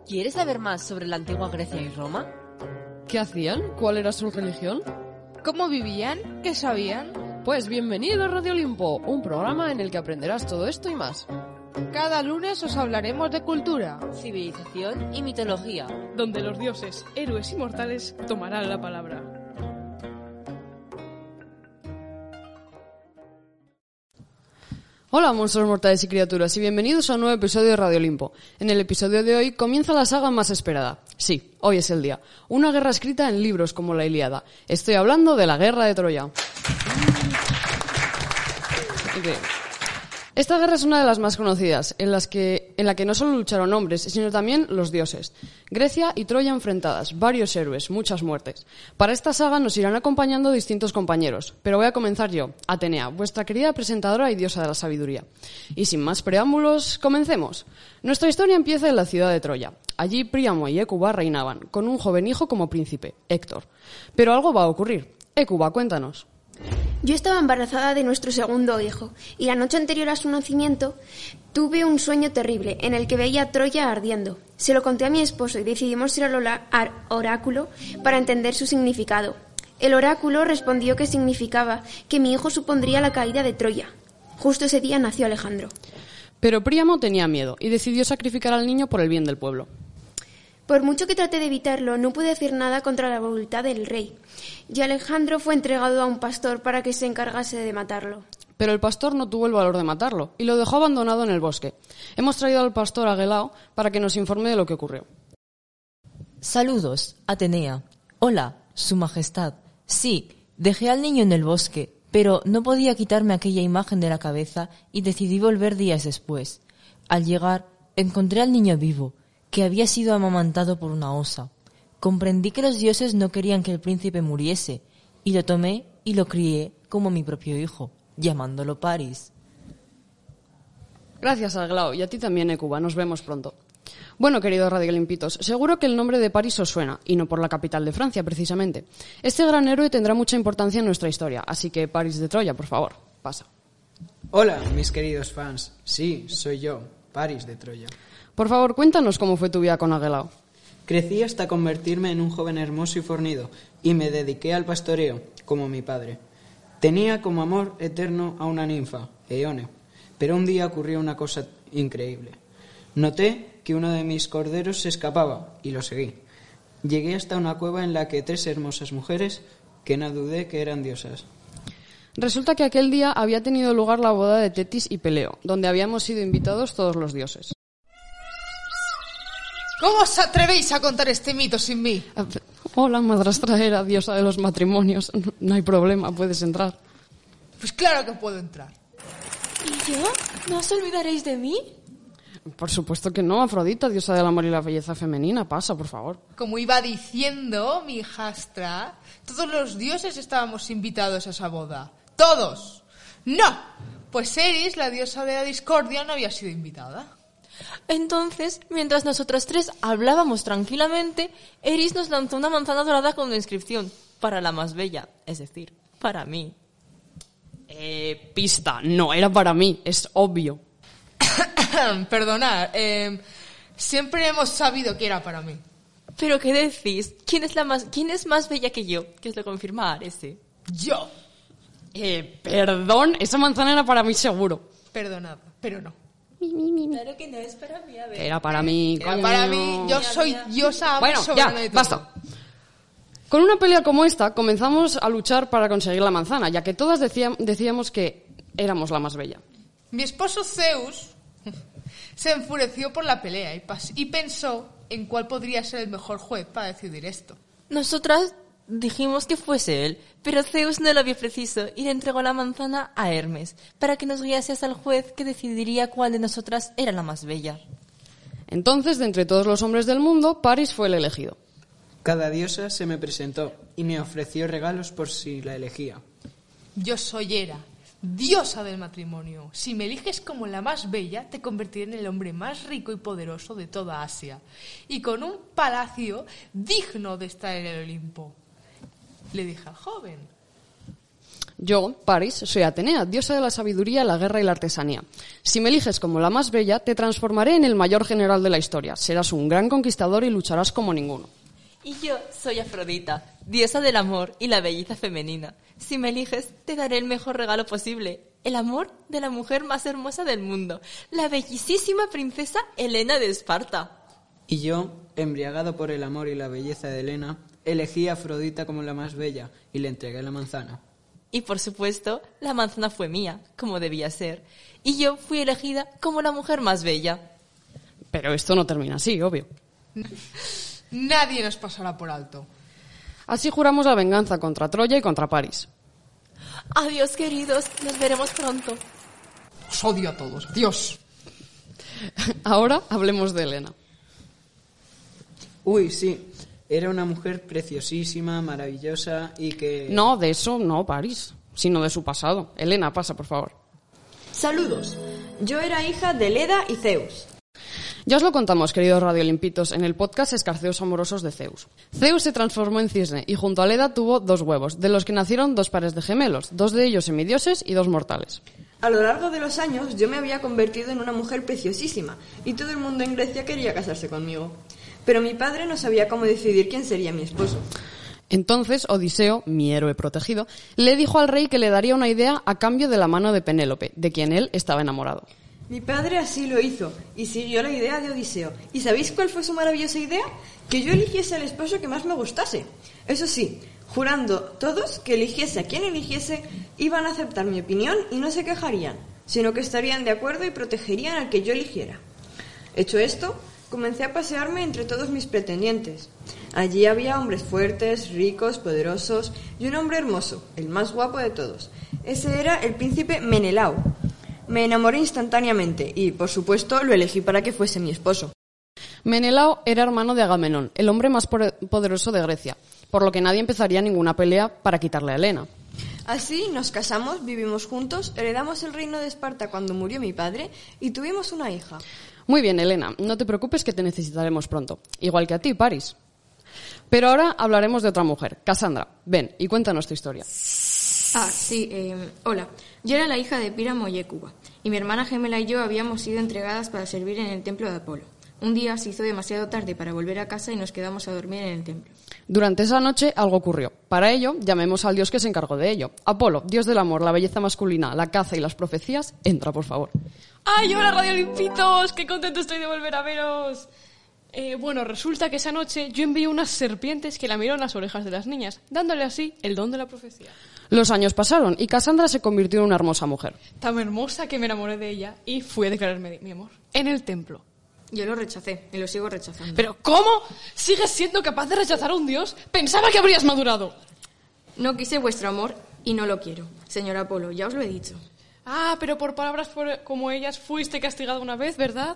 ¿Quieres saber más sobre la antigua Grecia y Roma? ¿Qué hacían? ¿Cuál era su religión? ¿Cómo vivían? ¿Qué sabían? Pues bienvenido a Radio Olimpo, un programa en el que aprenderás todo esto y más. Cada lunes os hablaremos de cultura, Civilización y mitología, donde los dioses, héroes y mortales tomarán la palabra. Hola monstruos mortales y criaturas y bienvenidos a un nuevo episodio de Radio Olimpo. En el episodio de hoy comienza la saga más esperada. Sí, hoy es el día. Una guerra escrita en libros como la Ilíada. Estoy hablando de la Guerra de Troya. Esta guerra es una de las más conocidas, en la que no solo lucharon hombres, sino también los dioses. Grecia y Troya enfrentadas, varios héroes, muchas muertes. Para esta saga nos irán acompañando distintos compañeros, pero voy a comenzar yo, Atenea, vuestra querida presentadora y diosa de la sabiduría. Y sin más preámbulos, comencemos. Nuestra historia empieza en la ciudad de Troya. Allí Príamo y Hécuba reinaban, con un joven hijo como príncipe, Héctor. Pero algo va a ocurrir. Hécuba, cuéntanos. Yo estaba embarazada de nuestro segundo hijo, y la noche anterior a su nacimiento tuve un sueño terrible en el que veía a Troya ardiendo. Se lo conté a mi esposo y decidimos ir al oráculo para entender su significado. El oráculo respondió que significaba que mi hijo supondría la caída de Troya. Justo ese día nació Alejandro. Pero Príamo tenía miedo y decidió sacrificar al niño por el bien del pueblo. Por mucho que traté de evitarlo, no pude hacer nada contra la voluntad del rey, y Alejandro fue entregado a un pastor para que se encargase de matarlo. Pero el pastor no tuvo el valor de matarlo y lo dejó abandonado en el bosque. Hemos traído al pastor Aguelao para que nos informe de lo que ocurrió. Saludos, Atenea. Hola, Su Majestad. Sí, dejé al niño en el bosque, pero no podía quitarme aquella imagen de la cabeza y decidí volver días después. Al llegar, encontré al niño vivo, que había sido amamantado por una osa. Comprendí que los dioses no querían que el príncipe muriese, y lo tomé y lo crié como mi propio hijo, llamándolo Paris. Gracias, Aguelao, y a ti también, Hécuba. Nos vemos pronto. Bueno, queridos radiolimpitos, seguro que el nombre de París os suena, y no por la capital de Francia, precisamente. Este gran héroe tendrá mucha importancia en nuestra historia, así que París de Troya, por favor, pasa. Hola, mis queridos fans. Sí, soy yo, París de Troya. Por favor, cuéntanos cómo fue tu vida con Aguelao. Crecí hasta convertirme en un joven hermoso y fornido, y me dediqué al pastoreo, como mi padre. Tenía como amor eterno a una ninfa, Eone, pero un día ocurrió una cosa increíble. Noté que uno de mis corderos se escapaba, y lo seguí. Llegué hasta una cueva en la que 3 hermosas mujeres, que no dudé que eran diosas. Resulta que aquel día había tenido lugar la boda de Tetis y Peleo, donde habíamos sido invitados todos los dioses. ¿Cómo os atrevéis a contar este mito sin mí? Hola, madrastra era diosa de los matrimonios. No hay problema, puedes entrar. Pues claro que puedo entrar. ¿Y yo? ¿No os olvidaréis de mí? Por supuesto que no, Afrodita, diosa del amor y la belleza femenina. Pasa, por favor. Como iba diciendo mi hijastra, todos los dioses estábamos invitados a esa boda. ¡Todos! ¡No! Pues Eris, la diosa de la discordia, no había sido invitada. Entonces, mientras nosotras 3 hablábamos tranquilamente, Eris nos lanzó una manzana dorada con una inscripción: para la más bella, es decir, para mí. Pista, no era para mí, es obvio. Perdonad, siempre hemos sabido que era para mí. ¿Pero qué decís? ¿Quién es más bella que yo? Que os lo confirma Arese. ¡Yo! Perdón, esa manzana era para mí seguro. Perdonad, pero no. Claro que no es para mí, a ver. Era para mí, Era coño. para mí, yo soy diosa. Bueno, ya, basta. Con una pelea como esta, comenzamos a luchar para conseguir la manzana, ya que todas decíamos que éramos la más bella. Mi esposo Zeus se enfureció por la pelea y pensó en cuál podría ser el mejor juez para decidir esto. Nosotras dijimos que fuese él, pero Zeus no lo vio preciso y le entregó la manzana a Hermes para que nos guiase hasta el juez que decidiría cuál de nosotras era la más bella. Entonces, de entre todos los hombres del mundo, París fue el elegido. Cada diosa se me presentó y me ofreció regalos por si la elegía. Yo soy Hera, diosa del matrimonio. Si me eliges como la más bella, te convertiré en el hombre más rico y poderoso de toda Asia, y con un palacio digno de estar en el Olimpo. Le dije al joven. Yo, Paris, soy Atenea, diosa de la sabiduría, la guerra y la artesanía. Si me eliges como la más bella, te transformaré en el mayor general de la historia. Serás un gran conquistador y lucharás como ninguno. Y yo soy Afrodita, diosa del amor y la belleza femenina. Si me eliges, te daré el mejor regalo posible, el amor de la mujer más hermosa del mundo, la bellísima princesa Helena de Esparta. Y yo, embriagado por el amor y la belleza de Helena, elegí a Afrodita como la más bella y le entregué la manzana. Y por supuesto, la manzana fue mía, como debía ser, y yo fui elegida como la mujer más bella. Pero esto no termina así, obvio. Nadie nos pasará por alto. Así juramos la venganza contra Troya y contra París. Adiós, queridos, nos veremos pronto. Os odio a todos. Adiós. Ahora hablemos de Helena. Uy, sí, era una mujer preciosísima, maravillosa y que... No, de eso no, París, sino de su pasado. Helena, pasa, por favor. Saludos. Yo era hija de Leda y Zeus. Ya os lo contamos, queridos radiolimpitos, en el podcast Escarceos amorosos de Zeus. Zeus se transformó en cisne y junto a Leda tuvo 2 huevos, de los que nacieron 2 pares de gemelos, 2 de ellos semidioses y 2 mortales. A lo largo de los años yo me había convertido en una mujer preciosísima y todo el mundo en Grecia quería casarse conmigo. Pero mi padre no sabía cómo decidir quién sería mi esposo. Entonces Odiseo, mi héroe protegido, le dijo al rey que le daría una idea a cambio de la mano de Penélope, de quien él estaba enamorado. Mi padre así lo hizo y siguió la idea de Odiseo. ¿Y sabéis cuál fue su maravillosa idea? Que yo eligiese al esposo que más me gustase. Eso sí, jurando todos que eligiese a quien eligiese, iban a aceptar mi opinión y no se quejarían, sino que estarían de acuerdo y protegerían al que yo eligiera. Hecho esto, comencé a pasearme entre todos mis pretendientes. Allí había hombres fuertes, ricos, poderosos y un hombre hermoso, el más guapo de todos. Ese era el príncipe Menelao. Me enamoré instantáneamente y, por supuesto, lo elegí para que fuese mi esposo. Menelao era hermano de Agamenón, el hombre más poderoso de Grecia, por lo que nadie empezaría ninguna pelea para quitarle a Helena. Así nos casamos, vivimos juntos, heredamos el reino de Esparta cuando murió mi padre y tuvimos una hija. Muy bien, Helena, no te preocupes que te necesitaremos pronto, igual que a ti, París. Pero ahora hablaremos de otra mujer, Casandra. Ven y cuéntanos tu historia. Sí, hola. Yo era la hija de Píramo y Hécuba, y mi hermana gemela y yo habíamos sido entregadas para servir en el templo de Apolo. Un día se hizo demasiado tarde para volver a casa y nos quedamos a dormir en el templo. Durante esa noche algo ocurrió. Para ello, llamemos al dios que se encargó de ello. Apolo, dios del amor, la belleza masculina, la caza y las profecías, entra, por favor. ¡Ay, hola, radiolimpitos! ¡Qué contento estoy de volver a veros! Bueno, resulta que esa noche yo envié unas serpientes que lamieron las orejas de las niñas, dándole así el don de la profecía. Los años pasaron y Casandra se convirtió en una hermosa mujer. Tan hermosa que me enamoré de ella y fui a declararme mi amor en el templo. Yo lo rechacé y lo sigo rechazando. ¿Pero cómo? ¿Sigues siendo capaz de rechazar a un dios? Pensaba que habrías madurado. No quise vuestro amor y no lo quiero, señor Apolo, ya os lo he dicho. Ah, pero por palabras como ellas fuiste castigada una vez, ¿verdad?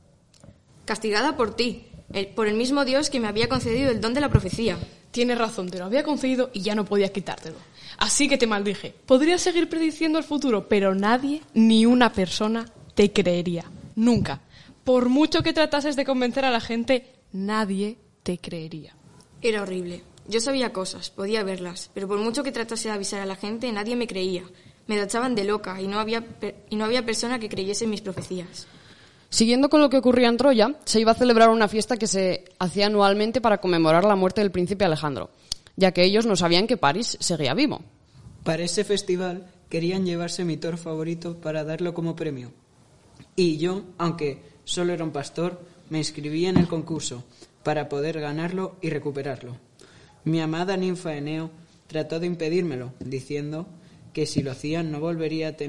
Castigada por ti, por el mismo Dios que me había concedido el don de la profecía. Tienes razón, te lo había concedido y ya no podía quitártelo. Así que te maldije. Podrías seguir prediciendo el futuro, pero nadie, ni una persona, te creería. Nunca. Por mucho que tratases de convencer a la gente, nadie te creería. Era horrible. Yo sabía cosas, podía verlas, pero por mucho que tratase de avisar a la gente, nadie me creía. Me tachaban de loca y no había persona que creyese en mis profecías. Siguiendo con lo que ocurría en Troya, se iba a celebrar una fiesta que se hacía anualmente para conmemorar la muerte del príncipe Alejandro, ya que ellos no sabían que París seguía vivo. Para ese festival querían llevarse mi toro favorito para darlo como premio. Y yo, aunque solo era un pastor, me inscribí en el concurso para poder ganarlo y recuperarlo. Mi amada ninfa Eneo trató de impedírmelo, diciendo que si lo hacían no la volvería a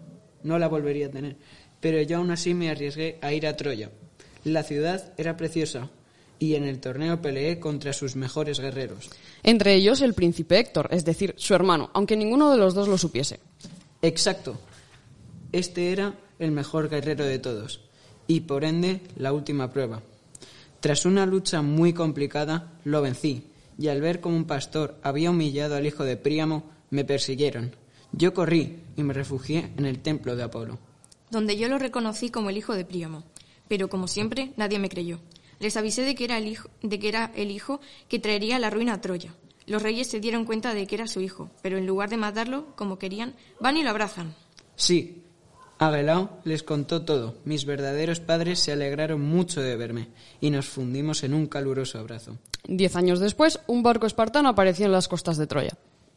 tener. Pero yo aún así me arriesgué a ir a Troya. La ciudad era preciosa y en el torneo peleé contra sus mejores guerreros. Entre ellos el príncipe Héctor, es decir, su hermano, aunque ninguno de los dos lo supiese. Exacto. Este era el mejor guerrero de todos y por ende la última prueba. Tras una lucha muy complicada lo vencí y al ver cómo un pastor había humillado al hijo de Príamo me persiguieron. Yo corrí y me refugié en el templo de Apolo, donde yo lo reconocí como el hijo de Príamo, pero como siempre nadie me creyó. Les avisé de que era el hijo que traería la ruina a Troya. Los reyes se dieron cuenta de que era su hijo, pero en lugar de matarlo, como querían, van y lo abrazan. Sí, Agelao les contó todo. Mis verdaderos padres se alegraron mucho de verme y nos fundimos en un caluroso abrazo. 10 años después, un barco espartano apareció en las costas de Troya.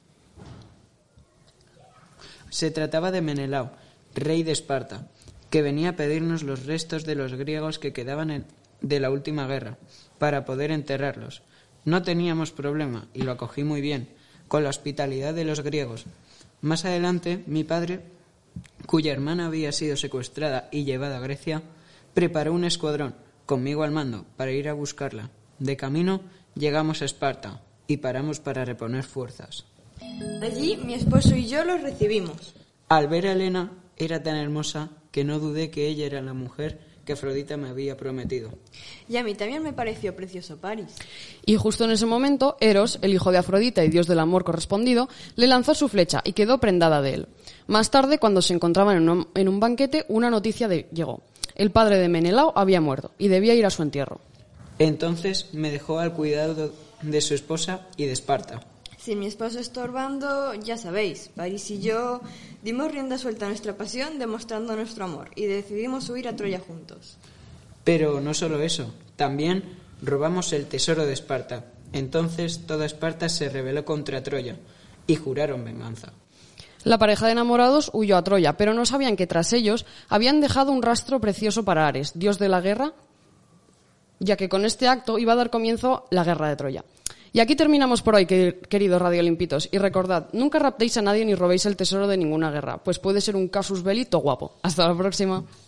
Se trataba de Menelao, rey de Esparta, que venía a pedirnos los restos de los griegos que quedaban de la última guerra, para poder enterrarlos. No teníamos problema y lo acogí muy bien, con la hospitalidad de los griegos. Más adelante, mi padre, cuya hermana había sido secuestrada y llevada a Grecia, preparó un escuadrón, conmigo al mando, para ir a buscarla. De camino, llegamos a Esparta y paramos para reponer fuerzas. Allí mi esposo y yo los recibimos. Al ver a Helena, era tan hermosa que no dudé que ella era la mujer que Afrodita me había prometido. Y a mí también me pareció precioso París. Y justo en ese momento, Eros, el hijo de Afrodita y dios del amor correspondido, le lanzó su flecha y quedó prendada de él. Más tarde, cuando se encontraban en un banquete, una noticia llegó. El padre de Menelao había muerto y debía ir a su entierro. Entonces me dejó al cuidado de su esposa y de Esparta. Sin mi esposo estorbando, ya sabéis, París y yo dimos rienda suelta a nuestra pasión demostrando nuestro amor y decidimos huir a Troya juntos. Pero no solo eso, también robamos el tesoro de Esparta. Entonces toda Esparta se rebeló contra Troya y juraron venganza. La pareja de enamorados huyó a Troya, pero no sabían que tras ellos habían dejado un rastro precioso para Ares, dios de la guerra, ya que con este acto iba a dar comienzo la guerra de Troya. Y aquí terminamos por hoy, queridos radiolimpitos. Y recordad, nunca raptéis a nadie ni robéis el tesoro de ninguna guerra, pues puede ser un casus belli to guapo. Hasta la próxima.